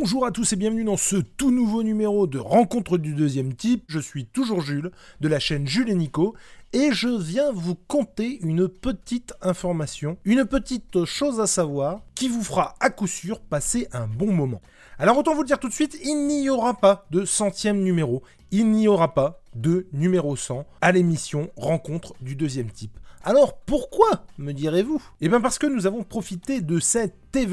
Bonjour à tous et bienvenue dans ce tout nouveau numéro de Rencontre du deuxième type. Je suis toujours Jules, de la chaîne Jules et Nico, et je viens vous conter une petite information, une petite chose à savoir, qui vous fera à coup sûr passer un bon moment. Alors autant vous le dire tout de suite, il n'y aura pas de 100e numéro, il n'y aura pas de numéro 100 à l'émission Rencontre du deuxième type. Alors pourquoi, me direz-vous ? Eh bien parce que nous avons profité de cet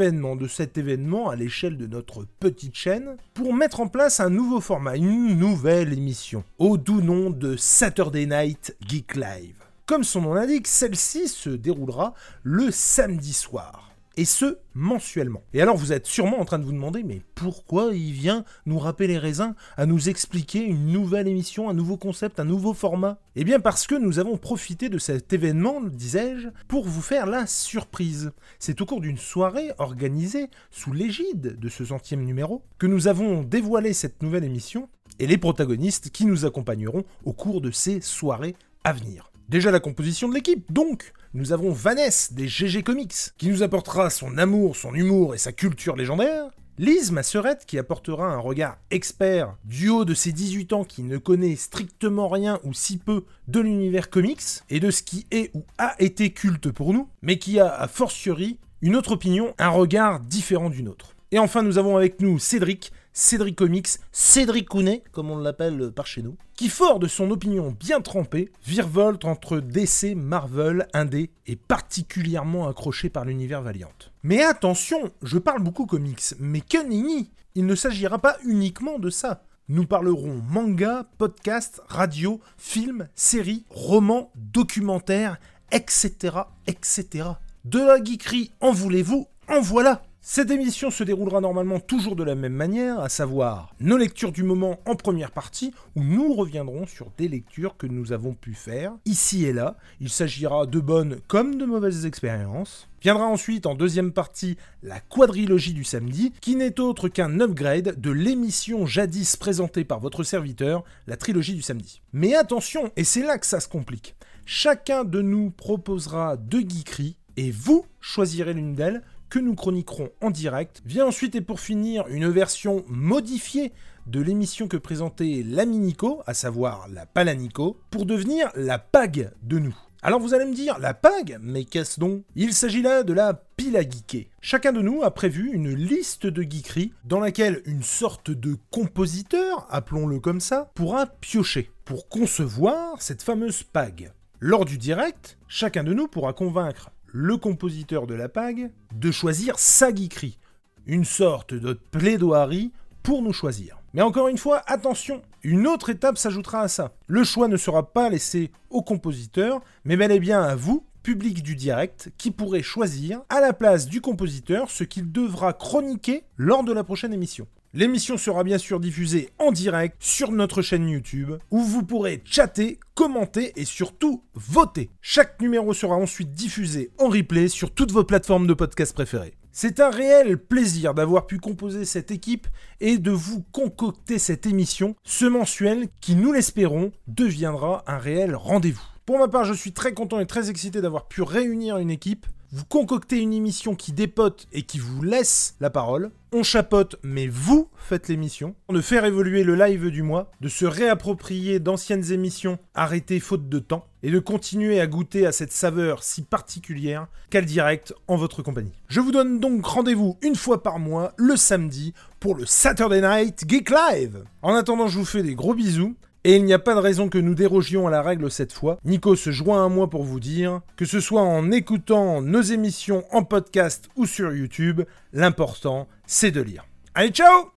événement à l'échelle de notre petite chaîne, pour mettre en place un nouveau format, une nouvelle émission, au doux nom de Saturday Night Geek Live. Comme son nom l'indique, celle-ci se déroulera le samedi soir. Et ce, mensuellement. Et alors vous êtes sûrement en train de vous demander, mais pourquoi il vient nous râper les raisins, à nous expliquer une nouvelle émission, un nouveau concept, un nouveau format ? Eh bien parce que nous avons profité de cet événement, disais-je, pour vous faire la surprise. C'est au cours d'une soirée organisée sous l'égide de ce 100e numéro que nous avons dévoilé cette nouvelle émission et les protagonistes qui nous accompagneront au cours de ces soirées à venir. Déjà la composition de l'équipe, donc. Nous avons Vanessa des GG Comics, qui nous apportera son amour, son humour et sa culture légendaire. Lise, ma sœurette, qui apportera un regard expert du haut de ses 18 ans qui ne connaît strictement rien ou si peu de l'univers comics et de ce qui est ou a été culte pour nous, mais qui a a fortiori une autre opinion, un regard différent du nôtre. Et enfin nous avons avec nous Cédric Comics, Cédric Kounet, comme on l'appelle par chez nous, qui, fort de son opinion bien trempée, virevolte entre DC, Marvel, Indé et particulièrement accroché par l'univers Valiant. Mais attention, je parle beaucoup comics, mais que nenni, il ne s'agira pas uniquement de ça. Nous parlerons manga, podcast, radio, films, séries, romans, documentaires, etc., etc. De la geekerie, en voulez-vous, en voilà. Cette émission se déroulera normalement toujours de la même manière, à savoir nos lectures du moment en première partie, où nous reviendrons sur des lectures que nous avons pu faire, ici et là. Il s'agira de bonnes comme de mauvaises expériences. Viendra ensuite en deuxième partie la quadrilogie du samedi, qui n'est autre qu'un upgrade de l'émission jadis présentée par votre serviteur, la trilogie du samedi. Mais attention, et c'est là que ça se complique, chacun de nous proposera deux geekeries, et vous choisirez l'une d'elles, que nous chroniquerons en direct. Vient ensuite et pour finir une version modifiée de l'émission que présentait l'ami Nico, à savoir la Palanico, pour devenir la PAG de nous. Alors vous allez me dire, la PAG, mais qu'est-ce donc ? Il s'agit là de la pile à geeker. Chacun de nous a prévu une liste de geekeries dans laquelle une sorte de compositeur, appelons-le comme ça, pourra piocher pour concevoir cette fameuse PAG. Lors du direct, chacun de nous pourra convaincre le compositeur de la PAG de choisir sa geekerie. Une sorte de plaidoirie pour nous choisir. Mais encore une fois, attention, une autre étape s'ajoutera à ça. Le choix ne sera pas laissé au compositeur, mais bel et bien à vous, public du direct, qui pourrez choisir à la place du compositeur ce qu'il devra chroniquer lors de la prochaine émission. L'émission sera bien sûr diffusée en direct sur notre chaîne YouTube, où vous pourrez chatter, commenter et surtout voter. Chaque numéro sera ensuite diffusé en replay sur toutes vos plateformes de podcast préférées. C'est un réel plaisir d'avoir pu composer cette équipe et de vous concocter cette émission, ce mensuel qui, nous l'espérons, deviendra un réel rendez-vous. Pour ma part, je suis très content et très excité d'avoir pu réunir une équipe, vous concocter une émission qui dépote et qui vous laisse la parole. On chapote, mais vous faites l'émission. De faire évoluer le live du mois, de se réapproprier d'anciennes émissions arrêtées faute de temps, et de continuer à goûter à cette saveur si particulière qu'a le direct en votre compagnie. Je vous donne donc rendez-vous une fois par mois, le samedi, pour le Saturday Night Geek Live. En attendant, je vous fais des gros bisous. Et il n'y a pas de raison que nous dérogions à la règle cette fois. Nico se joint à moi pour vous dire que ce soit en écoutant nos émissions en podcast ou sur YouTube, l'important c'est de lire. Allez, ciao !